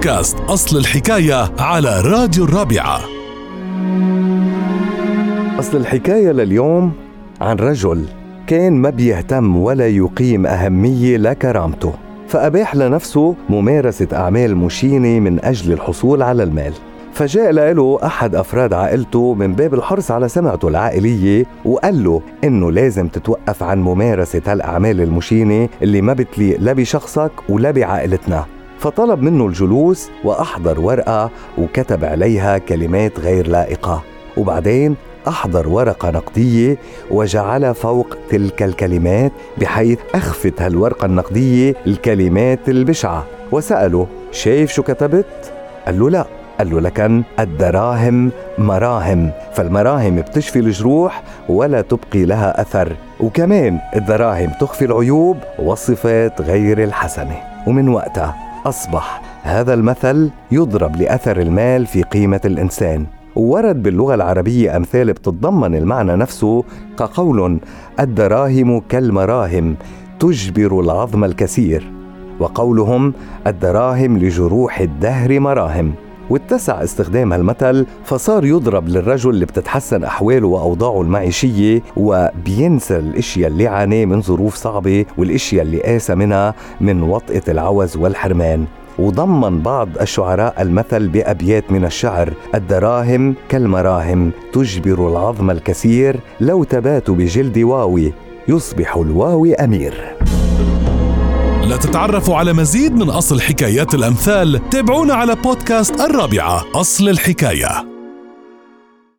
بودكاست أصل الحكاية على راديو الرابعة. أصل الحكاية لليوم عن رجل كان ما بيهتم ولا يقيم أهمية لكرامته، فأباح لنفسه ممارسة أعمال مشينة من أجل الحصول على المال. فجاء له أحد أفراد عائلته من باب الحرص على سمعته العائلية وقال له إنه لازم تتوقف عن ممارسة هالأعمال المشينة اللي ما بتليق لا بشخصك ولا بعائلتنا. فطلب منه الجلوس وأحضر ورقة وكتب عليها كلمات غير لائقة، وبعدين أحضر ورقة نقدية وجعل فوق تلك الكلمات بحيث أخفت هالورقة النقدية الكلمات البشعة، وسأله: شايف شو كتبت؟ قال له: لا. قال له: لكن الدراهم مراهم، فالمراهم بتشفي الجروح ولا تبقي لها أثر، وكمان الدراهم تخفي العيوب والصفات غير الحسنة. ومن وقتها أصبح هذا المثل يضرب لأثر المال في قيمة الإنسان. وورد باللغة العربية أمثال بتتضمن المعنى نفسه كقول: الدراهم كالمراهم تجبر العظم الكثير، وقولهم: الدراهم لجروح الدهر مراهم. واتسع استخدام هالمثل فصار يضرب للرجل اللي بتتحسن أحواله وأوضاعه المعيشية وبينسى الاشياء اللي عاناه من ظروف صعبة والاشياء اللي قاسى منها من وطئة العوز والحرمان. وضمن بعض الشعراء المثل بأبيات من الشعر: الدراهم كالمراهم تجبر العظم الكثير، لو تبات بجلد واوي يصبح الواوي أمير. لا تتعرفوا على مزيد من أصل حكايات الأمثال؟ تابعونا على بودكاست الرابعة أصل الحكاية.